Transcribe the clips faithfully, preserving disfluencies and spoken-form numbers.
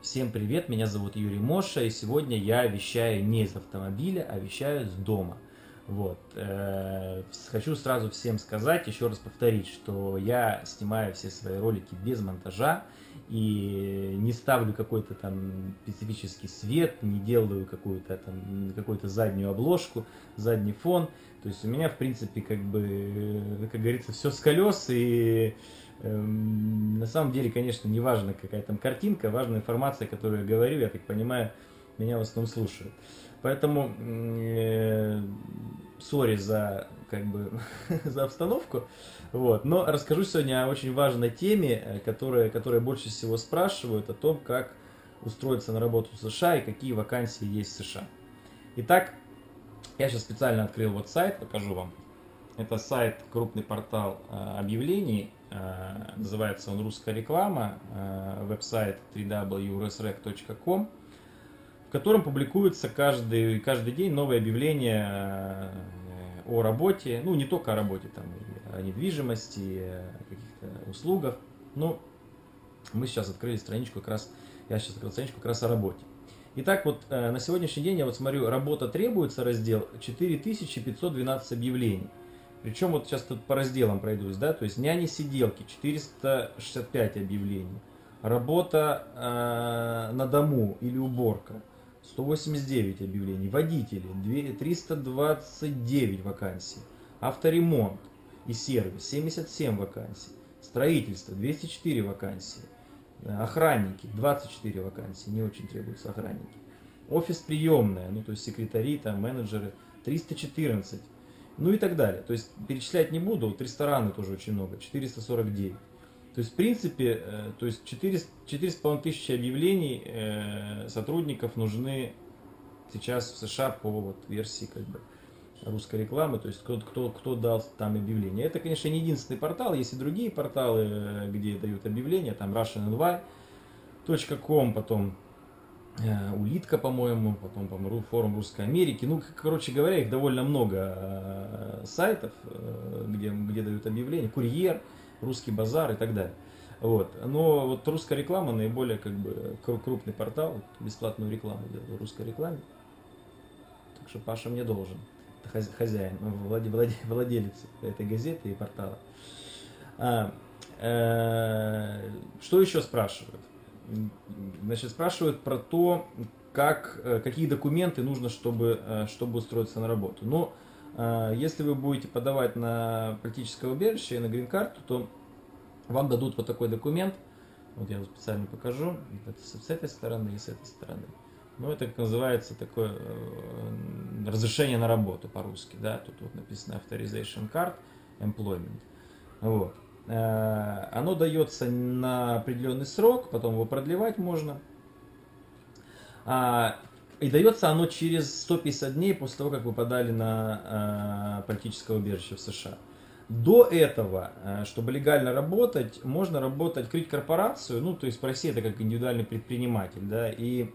Всем привет, меня зовут Юрий Моша, и сегодня я вещаю не из автомобиля, а вещаю с дома. Вот. э, Хочу сразу всем сказать, еще раз повторить, что я снимаю все свои ролики без монтажа и не ставлю какой-то там специфический свет, не делаю какую-то там какую-то заднюю обложку, задний фон. То есть у меня, в принципе, как бы, как говорится, все с колес, и Эм, на самом деле, конечно, не важно, какая там картинка, важна информация, которую я говорю, я так понимаю, меня в основном слушают. Поэтому, э, сори за, как бы, за обстановку, вот. Но расскажу сегодня о очень важной теме, э, которая, которая больше всего спрашивают, о том, как устроиться на работу в США и какие вакансии есть в США. Итак, я сейчас специально открыл вот сайт, покажу вам. Это сайт, крупный портал э, объявлений, э, называется он «Русская реклама», э, веб-сайт дабл ю дабл ю дабл ю точка русрек точка ком, в котором публикуется каждый, каждый день новые объявления э, о работе, ну не только о работе, там, и о недвижимости, о каких-то услугах. Ну, мы сейчас открыли страничку как раз, я сейчас открыл страничку как раз о работе. Итак, вот э, на сегодняшний день я вот смотрю, работа требуется, раздел четыре тысячи пятьсот двенадцать объявлений. Причем вот сейчас тут по разделам пройдусь, да, то есть няни-сиделки четыреста шестьдесят пять объявлений, работа э, на дому или уборка сто восемьдесят девять объявлений, водители триста двадцать девять вакансий, авторемонт и сервис семьдесят семь вакансий, строительство двести четыре вакансии, охранники двадцать четыре вакансии, не очень требуются охранники, офис приемная, ну то есть секретари, там менеджеры триста четырнадцать. Ну и так далее. То есть перечислять не буду, вот рестораны тоже очень много, четыреста сорок девять. То есть в принципе, э, то есть четыре с половиной тысячи объявлений э, сотрудников нужны сейчас в США по вот версии как бы русской рекламы, то есть кто, кто, кто дал там объявление. Это, конечно, не единственный портал, есть и другие порталы, э, где дают объявления, там russian эн вай точка ком, потом Улитка, по-моему, потом, по-моему, форум Русской Америки. Ну, короче говоря, их довольно много сайтов, где, где дают объявления. Курьер, Русский базар и так далее. Вот. Но вот русская реклама наиболее как бы крупный портал, бесплатную рекламу делает в русской рекламе. Так что Паша мне должен. Это хозяин, владелец этой газеты и портала. А, э, что еще спрашивают? Значит, спрашивают про то, как, какие документы нужно, чтобы, чтобы устроиться на работу. Но если вы будете подавать на политическое убежище и на грин-карту, то вам дадут вот такой документ. Вот я вам специально покажу. Это с этой стороны и с этой стороны. Ну, это, как называется, такое разрешение на работу по-русски. Да? Тут вот написано Authorization Card Employment. Вот. Оно дается на определенный срок, потом его продлевать можно. И дается оно через сто пятьдесят дней после того, как вы подали на политическое убежище в США. До этого, чтобы легально работать, можно работать, открыть корпорацию, ну, то есть в России это как индивидуальный предприниматель, да, и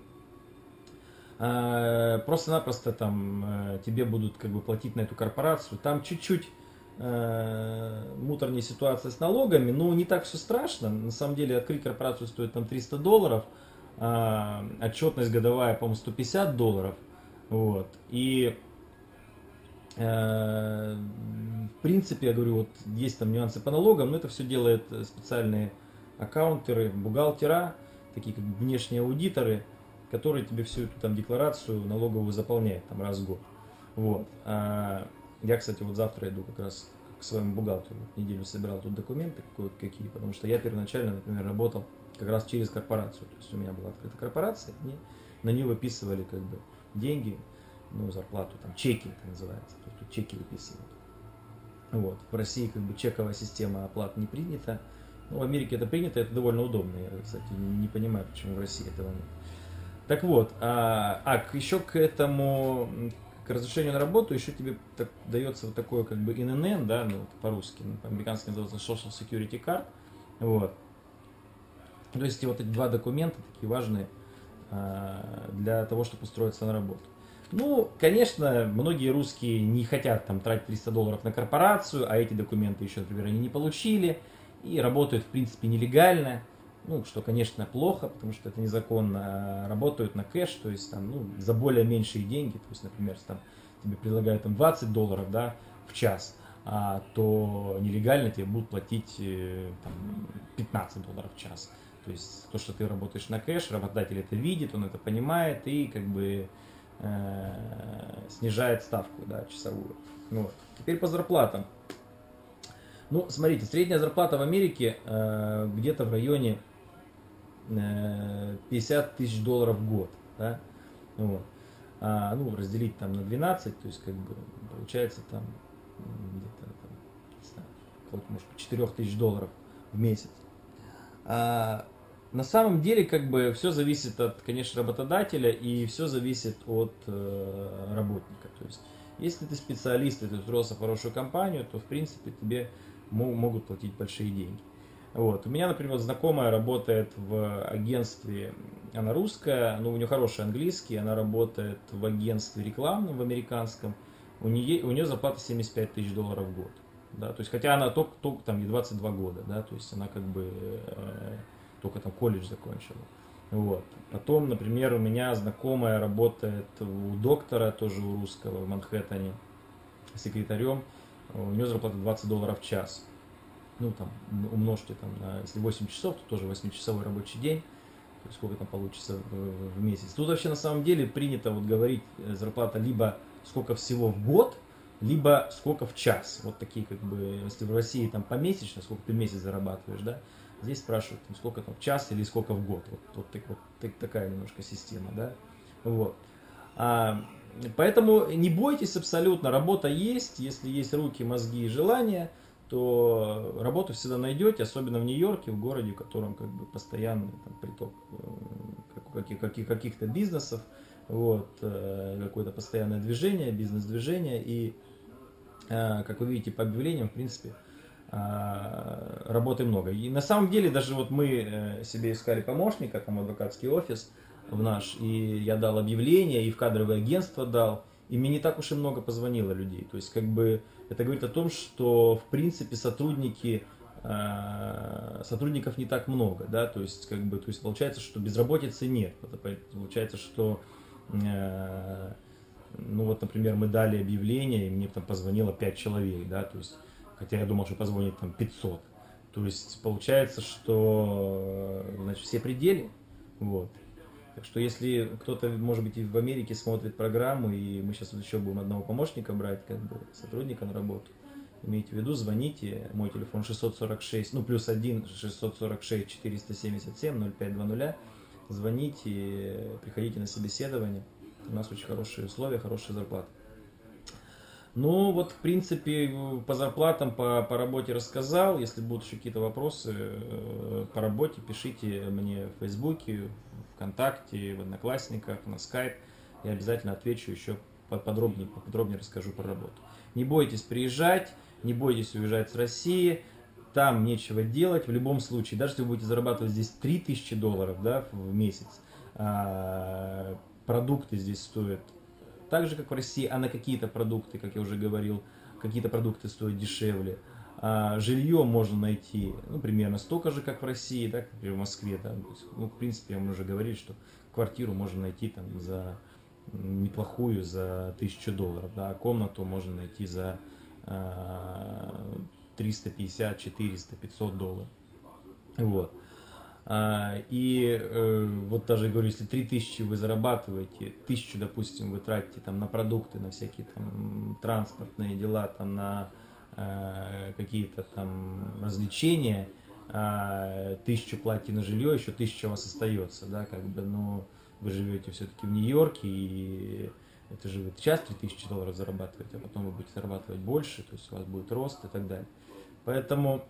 просто-напросто там тебе будут как бы платить на эту корпорацию, там чуть-чуть муторная ситуация с налогами, но не так все страшно. На самом деле открыть корпорацию стоит там триста долларов, а отчетность годовая, по-моему, сто пятьдесят долларов. Вот. И э, в принципе, я говорю, вот есть там нюансы по налогам, но это все делают специальные аккаунтеры, бухгалтера, такие как внешние аудиторы, которые тебе всю эту там декларацию налоговую заполняют там раз в год. Вот. Я, кстати, вот завтра иду как раз к своему бухгалтеру. Неделю собирал тут документы какие, потому что я первоначально, например, работал как раз через корпорацию. То есть у меня была открыта корпорация, и на нее выписывали как бы деньги, ну, зарплату, там, чеки это называется. То есть тут чеки выписывают. Вот. В России как бы чековая система оплат не принята. Ну, в Америке это принято, это довольно удобно. Я, кстати, не понимаю, почему в России этого нет. Так вот, а, а еще к этому... К разрешению на работу еще тебе так, дается вот такое как бы эн эн эн, да, ну, по-русски, ну, по-американски называется Social Security Card. Вот. То есть вот эти два документа такие важные а, для того, чтобы устроиться на работу. Ну, конечно, многие русские не хотят там тратить триста долларов на корпорацию, а эти документы еще, например, они не получили и работают, в принципе, нелегально. ну, что, конечно, плохо, потому что это незаконно, работают на кэш, то есть там, ну, за более меньшие деньги, то есть, например, там, тебе предлагают там двадцать долларов, да, в час, а, то нелегально тебе будут платить там, пятнадцать долларов в час. То есть то, что ты работаешь на кэш, работодатель это видит, он это понимает и как бы э, снижает ставку, да, часовую. Вот. Теперь по зарплатам. Ну, смотрите, средняя зарплата в Америке э, где-то в районе э, пятьдесят тысяч долларов в год, да, вот. А, ну, разделить там на двенадцать, то есть как бы получается там где-то там, не знаю, может быть, четыре тысячи долларов в месяц. А, на самом деле, как бы, все зависит от, конечно, работодателя и все зависит от э, работника. То есть, если ты специалист, и ты устроился в хорошую компанию, то, в принципе, тебе мо- могут платить большие деньги. Вот. У меня, например, знакомая работает в агентстве, она русская, но у нее хороший английский, она работает в агентстве рекламном, в американском, у нее, у нее зарплата семьдесят пять тысяч долларов в год. Да, то есть, хотя она только, только там, ей двадцать два года, да, то есть она как бы э, только там колледж закончила. Вот. Потом, например, у меня знакомая работает у доктора, тоже у русского, в Манхэттене, секретарем, у нее зарплата двадцать долларов в час. Ну, там, умножьте, там, на, если восемь часов, то тоже восьмичасовой рабочий день, то есть сколько там получится в, в месяц. Тут вообще на самом деле принято вот говорить зарплата либо сколько всего в год, либо сколько в час. Вот такие как бы, если в России там помесячно, сколько ты в месяц зарабатываешь, да, здесь спрашивают, там, сколько там в час или сколько в год. Вот, вот, так, вот так, такая немножко система, да. Вот. А, поэтому не бойтесь абсолютно, работа есть, если есть руки, мозги и желание, то работу всегда найдете, особенно в Нью-Йорке, в городе, в котором как бы постоянный там, приток каких, каких, каких-то бизнесов, вот, какое-то постоянное движение, бизнес-движение, и, как вы видите по объявлениям, в принципе, работы много. И на самом деле, даже вот мы себе искали помощника, там адвокатский офис в наш, и я дал объявление, и в кадровое агентство дал, и мне не так уж и много позвонило людей. То есть, как бы, это говорит о том, что, в принципе, сотрудники, сотрудников не так много, да, то есть, как бы, то есть, получается, что безработицы нет. Получается, что, ну, вот, например, мы дали объявление, и мне там позвонило пять человек, да, то есть, хотя я думал, что позвонит там пятьсот. То есть, получается, что, значит, все пределы, вот. Так что если кто-то, может быть, и в Америке смотрит программу, и мы сейчас вот еще будем одного помощника брать, как бы сотрудника на работу, имейте в виду, звоните, мой телефон шестьсот сорок шесть, ну плюс один шестьсот сорок шесть четыреста семьдесят семь ноль пять двадцать, звоните, приходите на собеседование, у нас очень хорошие условия, хорошая зарплата. Ну, вот, в принципе, по зарплатам, по, по работе рассказал. Если будут еще какие-то вопросы по работе, пишите мне в Фейсбуке, ВКонтакте, в Одноклассниках, на Скайп. Я обязательно отвечу, еще поподробнее, поподробнее расскажу про работу. Не бойтесь приезжать, не бойтесь уезжать с России. Там нечего делать. В любом случае, даже если вы будете зарабатывать здесь три тысячи долларов, да, в месяц, продукты здесь стоят так же, как в России, а на какие-то продукты, как я уже говорил, какие-то продукты стоят дешевле. А жилье можно найти, ну, примерно столько же, как в России, да, как, например, в Москве. Да. Ну, в принципе, я вам уже говорил, что квартиру можно найти там за неплохую, за тысячу долларов, да, а комнату можно найти за а, триста пятьдесят, четыреста, пятьсот долларов. Вот. И э, вот даже говорю, если три тысячи вы зарабатываете, тысячу, допустим, вы тратите там на продукты, на всякие там транспортные дела, там на э, какие-то там развлечения, э, тысячу платите на жилье, еще тысяча у вас остается, да, как бы, но вы живете все-таки в Нью-Йорке, и это же вы сейчас три тысячи долларов зарабатываете, а потом вы будете зарабатывать больше, то есть у вас будет рост и так далее. Поэтому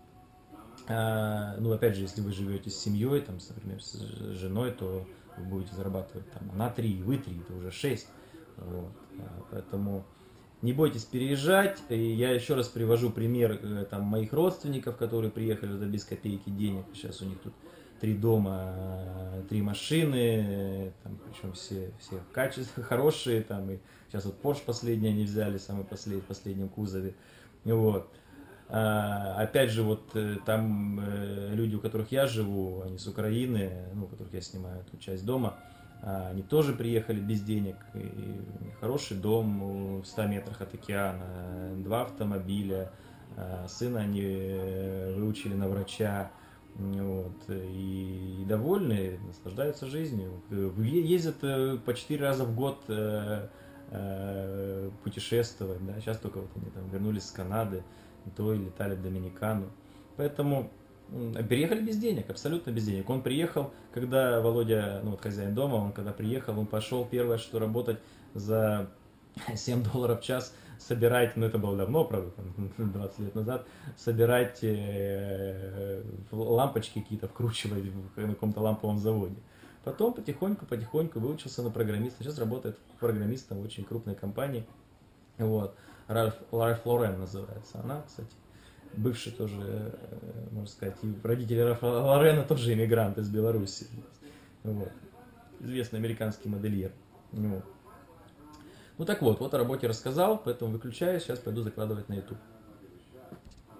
ну, опять же, если вы живете с семьей, там, например, с женой, то вы будете зарабатывать там, она три, вы три, это уже шесть. Вот. Поэтому не бойтесь переезжать. И я еще раз привожу пример там, моих родственников, которые приехали за без копейки денег. Сейчас у них тут три дома, три машины, там, причем все, все качества хорошие. Там, и сейчас вот Porsche последний они взяли, самый последний, в последнем кузове. Вот. А, опять же, вот э, там э, люди, у которых я живу, они с Украины, ну, у которых я снимаю эту часть дома, а, они тоже приехали без денег. И хороший дом в ста метрах от океана, два автомобиля, а, сына они э, выучили на врача, вот, и, и довольны, наслаждаются жизнью. Е- Ездят э, по четыре раза в год э, э, путешествовать, да, сейчас только вот они там вернулись с Канады, то и летали в Доминикану. Поэтому м, переехали без денег, абсолютно без денег. Он приехал, когда Володя, ну вот хозяин дома, он когда приехал, он пошел первое, что работать за семь долларов в час собирать, ну это было давно, правда, там, двадцать лет назад, собирать э, лампочки какие-то, вкручивать в, на каком-то ламповом заводе. Потом потихоньку, потихоньку выучился на программиста. Сейчас работает программистом в очень крупной компании. Вот. Ральф, Ральф Лорен называется она, кстати. Бывший тоже, э, можно сказать, и родители Ральфа Лорена тоже иммигрант из Беларуси. Вот. Известный американский модельер. Вот. Ну так вот, вот о работе рассказал, поэтому выключаю, сейчас пойду закладывать на YouTube.